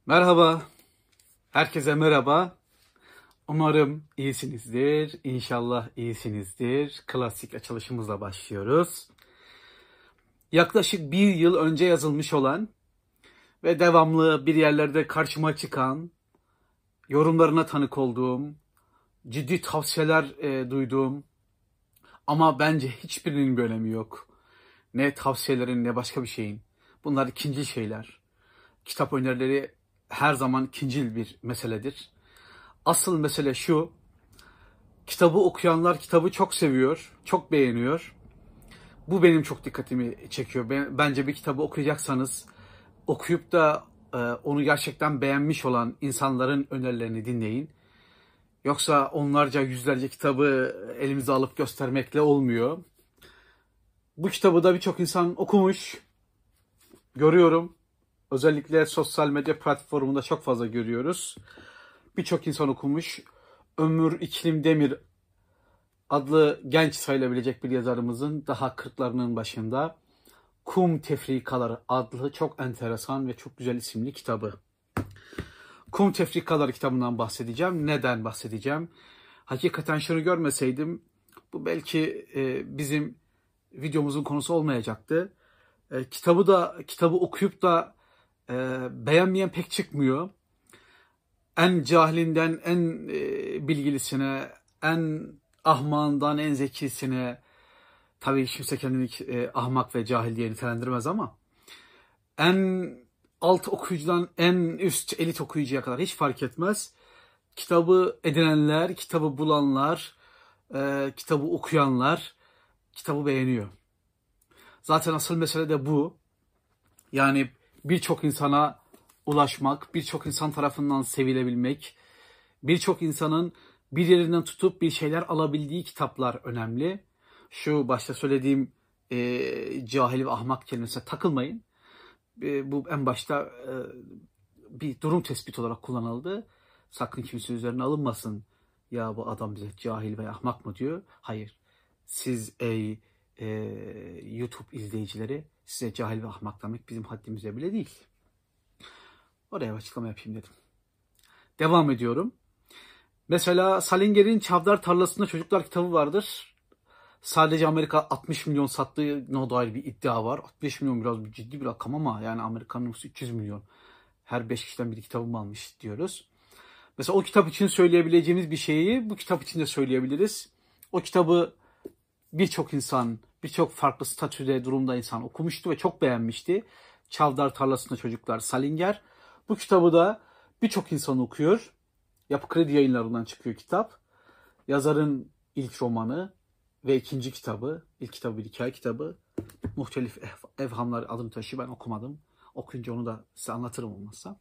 Merhaba, herkese merhaba. Umarım iyisinizdir, İnşallah iyisinizdir. Klasik açılışımızla başlıyoruz. Yaklaşık bir yıl önce yazılmış olan ve devamlı bir yerlerde karşıma çıkan, yorumlarına tanık olduğum, ciddi tavsiyeler duyduğum ama bence hiçbirinin bir önemi yok. Ne tavsiyelerin ne başka bir şeyin. Bunlar ikincil şeyler. Kitap önerileri her zaman ikincil bir meseledir. Asıl mesele şu: kitabı okuyanlar kitabı çok seviyor, çok beğeniyor. Bu benim çok dikkatimi çekiyor. Bence bir kitabı okuyacaksanız okuyup da onu gerçekten beğenmiş olan insanların önerilerini dinleyin. Yoksa onlarca, yüzlerce kitabı elimize alıp göstermekle olmuyor. Bu kitabı da birçok insan okumuş, görüyorum. Özellikle sosyal medya platformunda çok fazla görüyoruz. Birçok insan okumuş. Ömür İklimdemir adlı genç sayılabilecek bir yazarımızın daha 40'larının başında Kum Tefrikaları adlı çok enteresan ve çok güzel isimli kitabı. Kum Tefrikaları kitabından bahsedeceğim. Neden bahsedeceğim? Hakikaten şunu görmeseydim bu belki bizim videomuzun konusu olmayacaktı. Kitabı okuyup da beğenmeyen pek çıkmıyor. En cahilinden en bilgilisine, en ahmağından en zekisine, tabii kimse kendini ahmak ve cahil diye nitelendirmez ama en alt okuyucudan en üst elit okuyucuya kadar hiç fark etmez. Kitabı edinenler, kitabı bulanlar, kitabı okuyanlar kitabı beğeniyor. Zaten asıl mesele de bu. Yani birçok insana ulaşmak, birçok insan tarafından sevilebilmek, birçok insanın bir yerinden tutup bir şeyler alabildiği kitaplar önemli. Şu başta söylediğim cahil ve ahmak kelimesine takılmayın. Bu en başta bir durum tespiti olarak kullanıldı. Sakın kimse üzerine alınmasın. Ya bu adam bize cahil ve ahmak mı diyor? Hayır. Siz ey YouTube izleyicileri, size cahil ve ahmak demek bizim haddimize bile değil. Oraya açıklama yapayım dedim. Devam ediyorum. Mesela Salinger'in Çavdar Tarlası'nda Çocuklar kitabı vardır. Sadece Amerika 60 milyon sattığına dair bir iddia var. 60 milyon biraz ciddi bir rakam ama yani Amerika'nın nüfusu 300 milyon. Her 5 kişiden biri kitabımı almış diyoruz. Mesela o kitap için söyleyebileceğimiz bir şeyi bu kitap için de söyleyebiliriz. O kitabı birçok insan, birçok farklı statüde, durumda insan okumuştu ve çok beğenmişti. Çavdar Tarlası'nda Çocuklar, Salinger. Bu kitabı da birçok insan okuyor. Yapı Kredi Yayınları'ndan çıkıyor kitap. Yazarın ilk romanı ve ikinci kitabı, ilk kitabı bir hikaye kitabı. Muhtelif Evhamlar adını taşıyor. Ben okumadım. Okuyunca onu da size anlatırım olmazsa.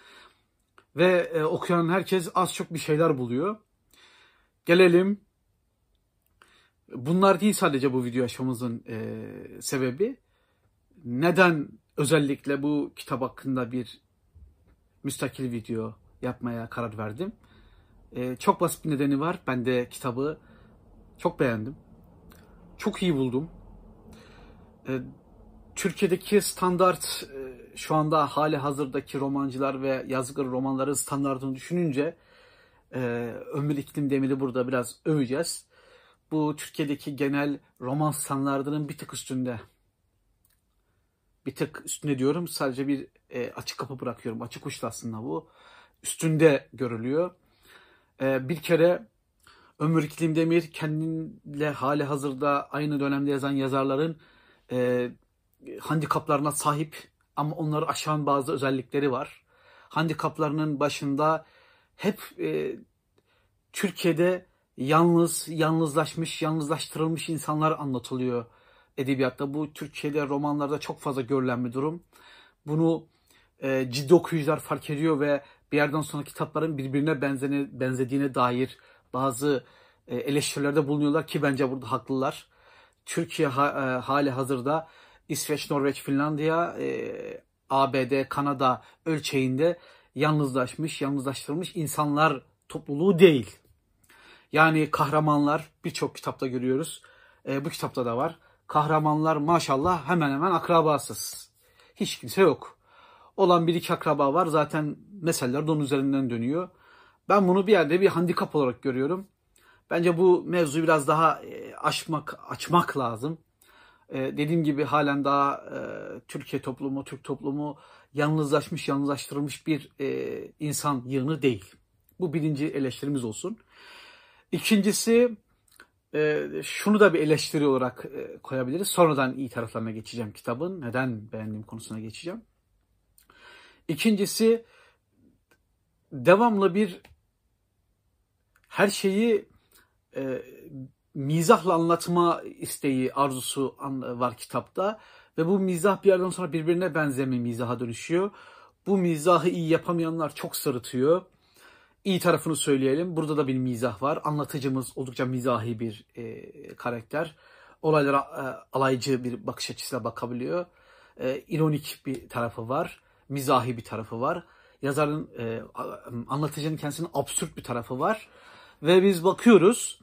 Ve okuyan herkes az çok bir şeyler buluyor. Gelelim. Bunlar değil sadece bu video açmamızın sebebi. Neden özellikle bu kitap hakkında bir müstakil video yapmaya karar verdim? Çok basit bir nedeni var. Ben de kitabı çok beğendim. Çok iyi buldum. Türkiye'deki standart şu anda hali hazırdaki romancılar ve yazgır romanların standartını düşününce Ömür İklimdemir'i burada biraz öveceğiz. Bu Türkiye'deki genel roman standartının bir tık üstünde. Bir tık üstünde diyorum, sadece bir açık kapı bırakıyorum. Açık uçlu aslında bu. Üstünde görülüyor. Bir kere Ömür İklimdemir kendinle hali hazırda aynı dönemde yazan yazarların handikaplarına sahip ama onları aşan bazı özellikleri var. Handikaplarının başında hep Türkiye'de yalnızlaşmış, yalnızlaştırılmış insanlar anlatılıyor edebiyatta. Bu Türkiye'de romanlarda çok fazla görülen bir durum. Bunu ciddi okuyucular fark ediyor ve bir yerden sonra kitapların birbirine benzediğine dair bazı eleştirilerde bulunuyorlar ki bence burada haklılar. Türkiye hali hazırda İsveç, Norveç, Finlandiya, ABD, Kanada ölçeğinde yalnızlaşmış, yalnızlaştırılmış insanlar topluluğu değil. Yani kahramanlar birçok kitapta görüyoruz. Bu kitapta da var. Kahramanlar maşallah hemen hemen akrabasız. Hiç kimse yok. olan bir iki akraba var. Zaten meseleler de onun üzerinden dönüyor. Ben bunu bir yerde bir handikap olarak görüyorum. Bence bu mevzuyu biraz daha açmak lazım. Dediğim gibi halen daha Türkiye toplumu, Türk toplumu yalnızlaştırılmış bir insan yığını değil. Bu birinci eleştirimiz olsun. İkincisi, şunu da bir eleştiri olarak koyabiliriz. Sonradan iyi taraflarına geçeceğim kitabın. Neden beğendiğim konusuna geçeceğim. İkincisi, devamlı bir her şeyi mizahla anlatma isteği, arzusu var kitapta. Ve bu mizah bir yerden sonra birbirine benzeyen mizaha dönüşüyor. Bu mizahı iyi yapamayanlar çok sırıtıyor. İyi tarafını söyleyelim. Burada da bir mizah var. Anlatıcımız oldukça mizahi bir karakter. Olaylara alaycı bir bakış açısıyla bakabiliyor. İronik bir tarafı var. Mizahi bir tarafı var. Yazarın, anlatıcının kendisinin absürt bir tarafı var. Ve biz bakıyoruz.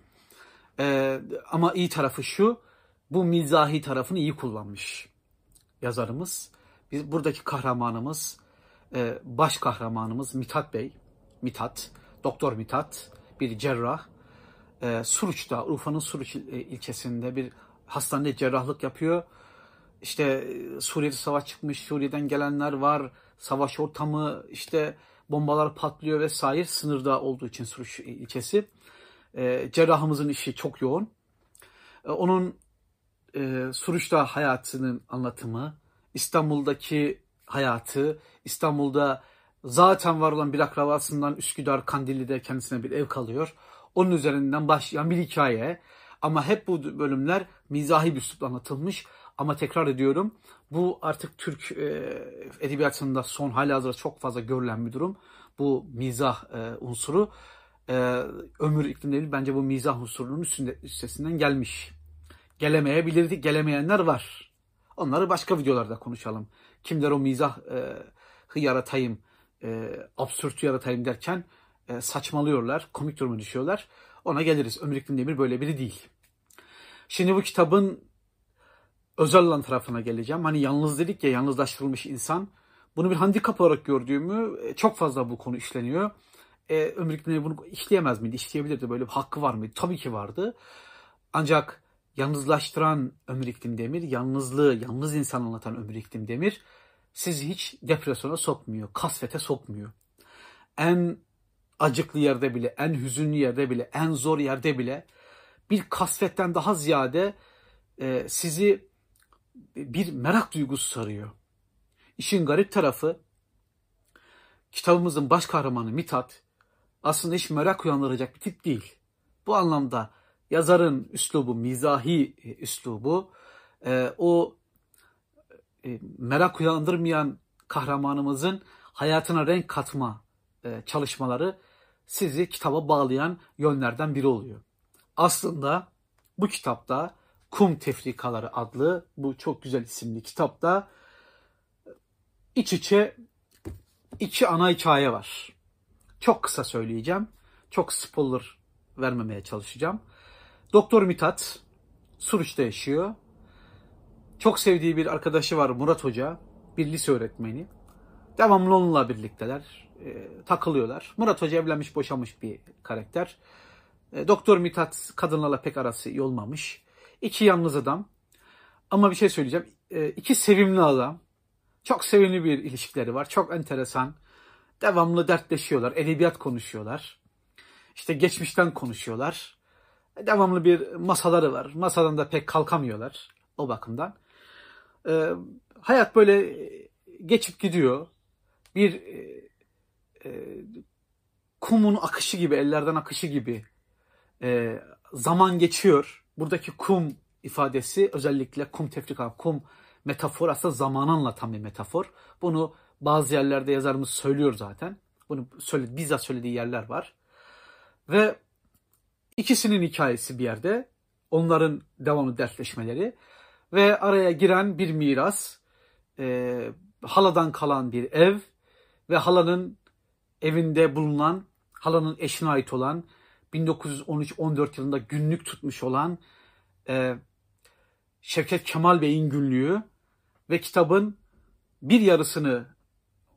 Ama iyi tarafı şu. Bu mizahi tarafını iyi kullanmış yazarımız. Biz buradaki kahramanımız, baş kahramanımız Mithat Bey. Mithat, Doktor Mithat, bir cerrah. Suruç'ta, Urfa'nın Suruç ilçesinde bir hastanede cerrahlık yapıyor. İşte Suriye'de savaş çıkmış, Suriye'den gelenler var. Savaş ortamı, işte bombalar patlıyor vesaire. Sınırda olduğu için Suruç ilçesi. Cerrahımızın işi çok yoğun. Onun Suruç'ta hayatının anlatımı, İstanbul'daki hayatı, İstanbul'da zaten var olan bir akrabasından Üsküdar Kandilli'de kendisine bir ev kalıyor. Onun üzerinden başlayan bir hikaye. Ama hep bu bölümler mizahi bir üslupla anlatılmış. Ama tekrar ediyorum, bu artık Türk edebiyatında son halihazırda çok fazla görülen bir durum. Bu mizah unsuru. Ömür İklimleri bence bu mizah unsurunun üstesinden gelmiş. Gelemeyebilirdi, gelemeyenler var. Onları başka videolarda konuşalım. Kimler o mizahı yaratayım, absürtü yaratayım derken saçmalıyorlar, komik duruma düşüyorlar. Ona geliriz. Ömür İklim Demir böyle biri değil. Şimdi bu kitabın özel olan tarafına geleceğim. Hani yalnız dedik ya, yalnızlaştırılmış insan. Bunu bir handikap olarak gördüğümü, çok fazla bu konu işleniyor. Ömür İklim Demir bunu işleyemez miydi? İşleyebilirdi. Böyle bir hakkı var mıydı? Tabii ki vardı. Ancak yalnızlaştıran Ömür İklim Demir, yalnızlığı, yalnız insan anlatan Ömür İklim Demir sizi hiç depresyona sokmuyor, kasvete sokmuyor. En acıklı yerde bile, en hüzünlü yerde bile, en zor yerde bile bir kasvetten daha ziyade sizi bir merak duygusu sarıyor. İşin garip tarafı, kitabımızın baş kahramanı Mithat aslında hiç merak uyandıracak bir tip değil. Bu anlamda yazarın üslubu, mizahi üslubu, o merak uyandırmayan kahramanımızın hayatına renk katma çalışmaları sizi kitaba bağlayan yönlerden biri oluyor. Aslında bu kitapta Kum Tefrikaları adlı bu çok güzel isimli kitapta iç içe iki ana hikaye var. Çok kısa söyleyeceğim. Çok spoiler vermemeye çalışacağım. Doktor Mithat Suruç'ta yaşıyor. Çok sevdiği bir arkadaşı var, Murat Hoca. Bir lise öğretmeni. Devamlı onunla birlikteler. Takılıyorlar. Murat Hoca evlenmiş, boşanmış bir karakter. Doktor Mithat kadınlarla pek arası iyi olmamış. İki yalnız adam. Ama bir şey söyleyeceğim. İki sevimli adam. Çok sevimli bir ilişkileri var. Çok enteresan. Devamlı dertleşiyorlar. Edebiyat konuşuyorlar. İşte geçmişten konuşuyorlar. Devamlı bir masaları var. Masadan da pek kalkamıyorlar o bakımdan. Hayat böyle geçip gidiyor. Bir kumun akışı gibi, ellerden akışı gibi zaman geçiyor. Buradaki kum ifadesi özellikle kum tefrika, kum metafor aslında zamanı anlatan bir metafor. Bunu bazı yerlerde yazarımız söylüyor zaten. Bunu bizzat söylediği yerler var. Ve ikisinin hikayesi bir yerde. Onların devamlı dertleşmeleri. Ve araya giren bir miras. Haladan kalan bir ev. Ve halanın evinde bulunan, halanın eşine ait olan 1913-14 yılında günlük tutmuş olan Şevket Kemal Bey'in günlüğü ve kitabın bir yarısını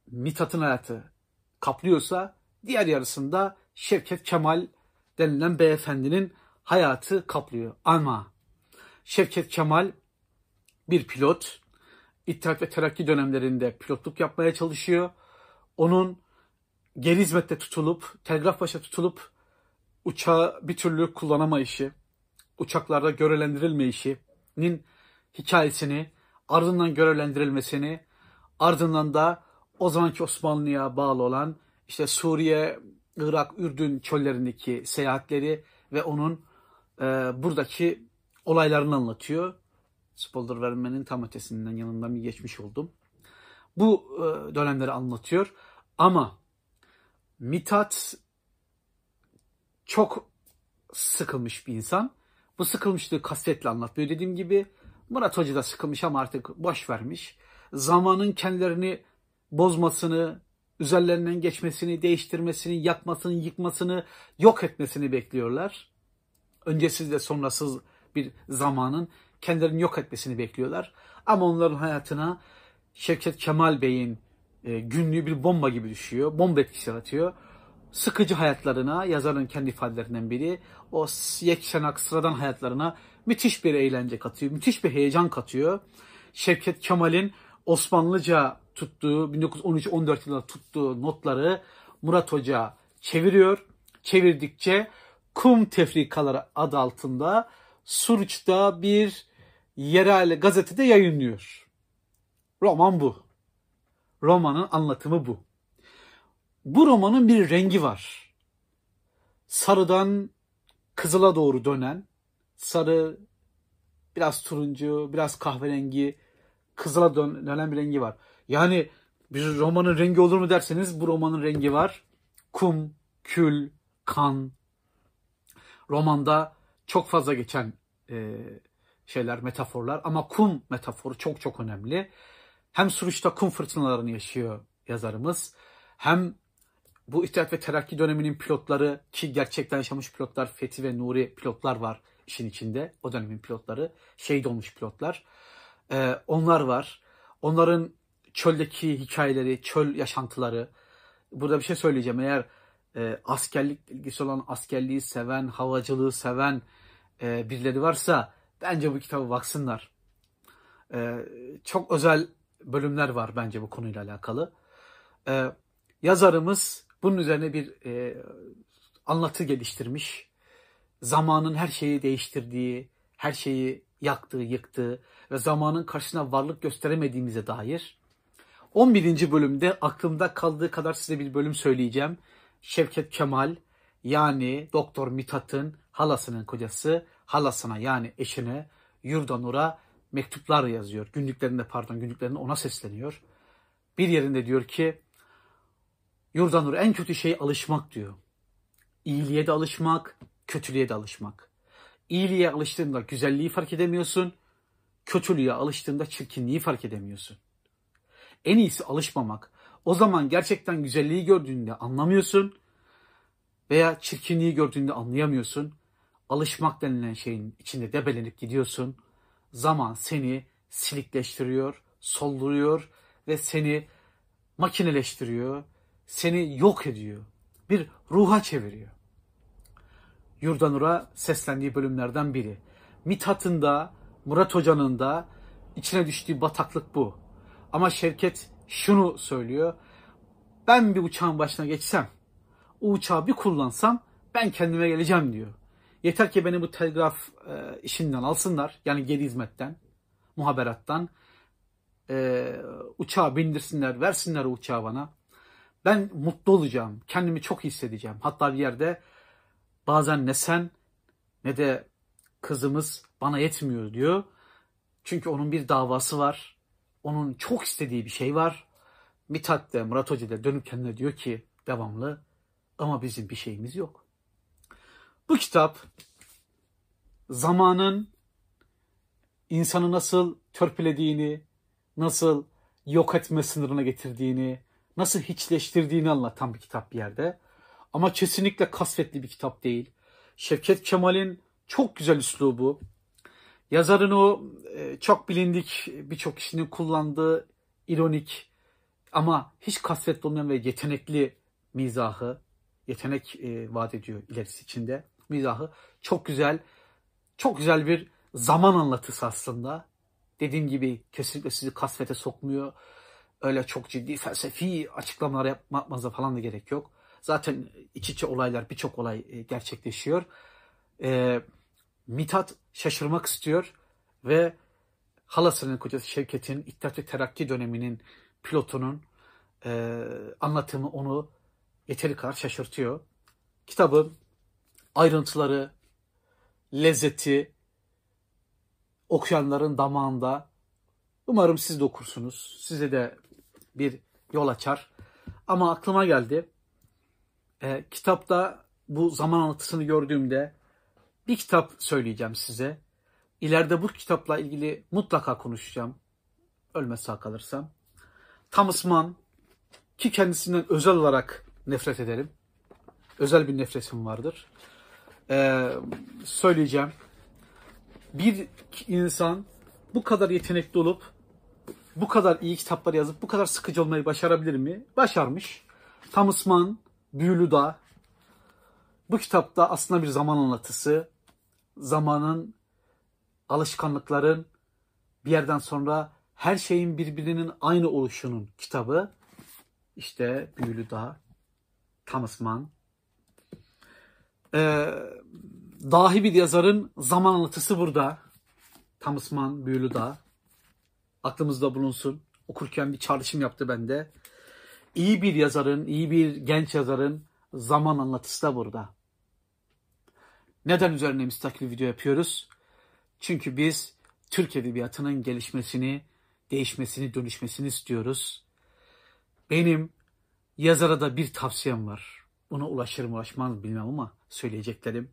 Mithat'ın hayatı kaplıyorsa diğer yarısında Şevket Kemal denilen beyefendinin hayatı kaplıyor. Ama Şevket Kemal bir pilot. İttihat ve Terakki dönemlerinde pilotluk yapmaya çalışıyor. Onun geri hizmette tutulup, telgraf başa tutulup uçağı bir türlü kullanamayışı, uçaklarda görevlendirilmeyişinin hikayesini, ardından görevlendirilmesini, ardından da o zamanki Osmanlı'ya bağlı olan işte Suriye, Irak, Ürdün çöllerindeki seyahatleri ve onun buradaki olaylarını anlatıyor. Spoiler vermenin tam ötesinden yanından bir geçmiş oldum. Bu dönemleri anlatıyor. Ama Mithat çok sıkılmış bir insan. Bu sıkılmışlığı kasvetle anlatmıyor dediğim gibi. Murat Hoca da sıkılmış ama artık boş vermiş. Zamanın kendilerini bozmasını, üzerlerinden geçmesini, değiştirmesini, yakmasını, yıkmasını, yok etmesini bekliyorlar. Öncesiz ve sonrasız bir zamanın kendilerini yok etmesini bekliyorlar. Ama onların hayatına Şevket Kemal Bey'in günlüğü bir bomba gibi düşüyor. Bomba etkisi yaratıyor. Sıkıcı hayatlarına, yazarın kendi ifadelerinden biri, o yekşenak sıradan hayatlarına müthiş bir eğlence katıyor. Müthiş bir heyecan katıyor. Şevket Kemal'in Osmanlıca tuttuğu, 1913-14 yılında tuttuğu notları Murat Hoca çeviriyor. Çevirdikçe Kum Tefrikaları adı altında Suruç'ta bir yerel gazetede yayınlıyor. Roman bu. Romanın anlatımı bu. Bu romanın bir rengi var. Sarıdan kızıla doğru dönen, sarı, biraz turuncu, biraz kahverengi, kızıla dönen bir rengi var. Yani bir romanın rengi olur mu derseniz bu romanın rengi var. Kum, kül, kan. Romanda çok fazla geçen şeyler, metaforlar ama kum metaforu çok çok önemli. Hem Suruç'ta kum fırtınalarını yaşıyor yazarımız. Hem bu İttihat ve Terakki döneminin pilotları, ki gerçekten yaşamış pilotlar, Fethi ve Nuri pilotlar var işin içinde. O dönemin pilotları, şehit olmuş pilotlar. Onlar var. Onların çöldeki hikayeleri, çöl yaşantıları. Burada bir şey söyleyeceğim. Eğer askerlik ilgisi olan, askerliği seven, havacılığı seven birileri varsa bence bu kitaba baksınlar. Çok özel bölümler var bence bu konuyla alakalı. Yazarımız bunun üzerine bir anlatı geliştirmiş. Zamanın her şeyi değiştirdiği, her şeyi yaktığı, yıktığı ve zamanın karşısına varlık gösteremediğimize dair. 11. bölümde aklımda kaldığı kadar size bir bölüm söyleyeceğim. Şevket Kemal, yani Doktor Mithat'ın halasının kocası, halasına yani eşine, Yurdanur'a mektuplar yazıyor. Günlüklerinde ona sesleniyor. Bir yerinde diyor ki, Yurdanur, en kötü şey alışmak diyor. İyiliğe de alışmak, kötülüğe de alışmak. İyiliğe alıştığında güzelliği fark edemiyorsun, kötülüğe alıştığında çirkinliği fark edemiyorsun. En iyisi alışmamak. O zaman gerçekten güzelliği gördüğünde anlamıyorsun veya çirkinliği gördüğünde anlayamıyorsun. Alışmak denilen şeyin içinde debelenip gidiyorsun. Zaman seni silikleştiriyor, solduruyor ve seni makineleştiriyor, seni yok ediyor. Bir ruha çeviriyor. Yurdanur'a seslendiği bölümlerden biri. Mithat'ın da, Murat Hoca'nın da içine düştüğü bataklık bu. Ama Şevket şunu söylüyor. Ben bir uçağın başına geçsem, o uçağı bir kullansam ben kendime geleceğim diyor. Yeter ki beni bu telgraf işinden alsınlar. Yani geri hizmetten, muhaberattan. Uçağa bindirsinler, versinler o uçağı bana. Ben mutlu olacağım, kendimi çok iyi hissedeceğim. Hatta bir yerde bazen ne sen ne de kızımız bana yetmiyor diyor. Çünkü onun bir davası var. Onun çok istediği bir şey var. Mithat da Murat Hoca da dönüp kendine diyor ki devamlı, ama bizim bir şeyimiz yok. Bu kitap zamanın insanı nasıl törpülediğini, nasıl yok etme sınırına getirdiğini, nasıl hiçleştirdiğini anlatan bir kitap bir yerde. Ama kesinlikle kasvetli bir kitap değil. Şevket Kemal'in çok güzel üslubu, yazarın o çok bilindik, birçok kişinin kullandığı ironik Ama hiç kasvetli olmayan ve yetenekli mizahı, yetenek vaat ediyor ilerisi içinde. Mizahı çok güzel, çok güzel bir zaman anlatısı aslında. Dediğim gibi kesinlikle sizi kasvete sokmuyor. Öyle çok ciddi felsefi açıklamalar yapmanıza falan da gerek yok. Zaten iç içe olaylar, birçok olay gerçekleşiyor. E, Mithat şaşırmak istiyor ve halasının kocası Şevket'in İttihat ve Terakki döneminin pilotunun anlatımı onu yeteri kadar şaşırtıyor. Kitabın ayrıntıları, lezzeti okuyanların damağında. Umarım siz de okursunuz. Size de bir yol açar. Ama aklıma geldi. Kitapta bu zaman anlatısını gördüğümde bir kitap söyleyeceğim size. İleride bu kitapla ilgili mutlaka konuşacağım. Ölmez sağ kalırsam. Thomas Mann, ki kendisinden özel olarak nefret ederim. Özel bir nefretim vardır. Söyleyeceğim. Bir insan bu kadar yetenekli olup, bu kadar iyi kitaplar yazıp, bu kadar sıkıcı olmayı başarabilir mi? Başarmış. Thomas Mann, Büyülü Dağ. Bu kitapta aslında bir zaman anlatısı. Zamanın, alışkanlıkların, bir yerden sonra her şeyin birbirinin aynı oluşunun kitabı. İşte Büyülü Dağ, Thomas Mann. Dahi bir yazarın zaman anlatısı burada. Thomas Mann, Büyülü Dağ. Aklımızda bulunsun. Okurken bir çağrışım yaptı bende. İyi bir yazarın, iyi bir genç yazarın zaman anlatısı da burada. Neden üzerine müstakil video yapıyoruz? Çünkü biz Türk Edebiyatı'nın gelişmesini, değişmesini, dönüşmesini istiyoruz. Benim yazara da bir tavsiyem var. Ona ulaşır mı ulaşmaz bilmem ama söyleyeceklerim.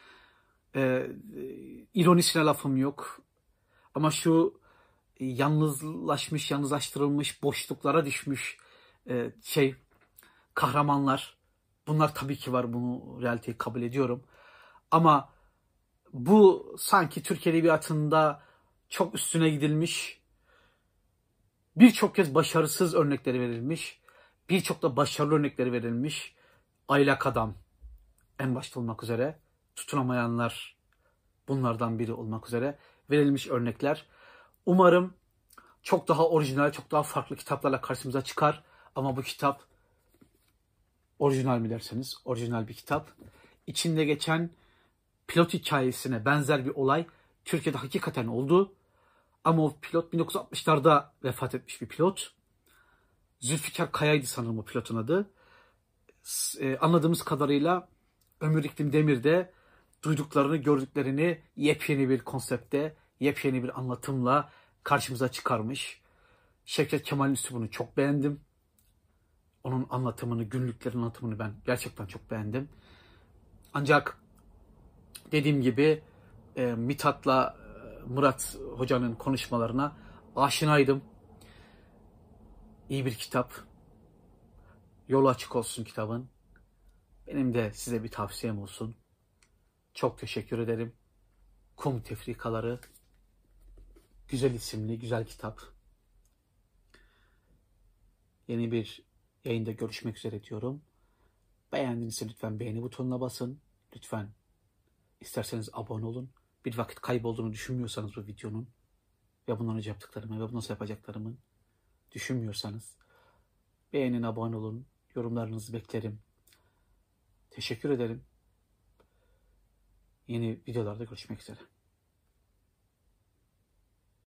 İronisine lafım yok. Ama şu yalnızlaşmış, yalnızlaştırılmış, boşluklara düşmüş kahramanlar. Bunlar tabii ki var. Bunu realiteyi kabul ediyorum. Ama bu sanki Türk Edebiyatı'nda çok üstüne gidilmiş. Birçok kez başarısız örnekleri verilmiş. Birçok da başarılı örnekleri verilmiş. Aylak Adam en başta olmak üzere. Tutunamayanlar bunlardan biri olmak üzere verilmiş örnekler. Umarım çok daha orijinal, çok daha farklı kitaplarla karşımıza çıkar. Ama bu kitap orijinal mi derseniz orijinal bir kitap. İçinde geçen pilot hikayesine benzer bir olay Türkiye'de hakikaten oldu. Ama o pilot 1960'larda vefat etmiş bir pilot. Zülfikar Kaya'ydı sanırım o pilotun adı. Anladığımız kadarıyla Ömür İklim Demir de duyduklarını, gördüklerini yepyeni bir konsepte, yepyeni bir anlatımla karşımıza çıkarmış. Şevket Kemal'in üslubunu çok beğendim. Onun anlatımını, günlüklerin anlatımını ben gerçekten çok beğendim. Ancak dediğim gibi Mithat'la Murat Hoca'nın konuşmalarına aşinaydım. İyi bir kitap. Yolu açık olsun kitabın. Benim de size bir tavsiyem olsun. Çok teşekkür ederim. Kum Tefrikaları. Güzel isimli, güzel kitap. Yeni bir yayında görüşmek üzere diyorum. Beğendiğinizde lütfen beğeni butonuna basın. Lütfen isterseniz abone olun. Bir vakit kaybolduğunu düşünmüyorsanız bu videonun ve bundan önce yaptıklarımı ve bundan sonra yapacaklarımın düşünmüyorsanız beğenin, abone olun. Yorumlarınızı beklerim. Teşekkür ederim. Yeni videolarda görüşmek üzere.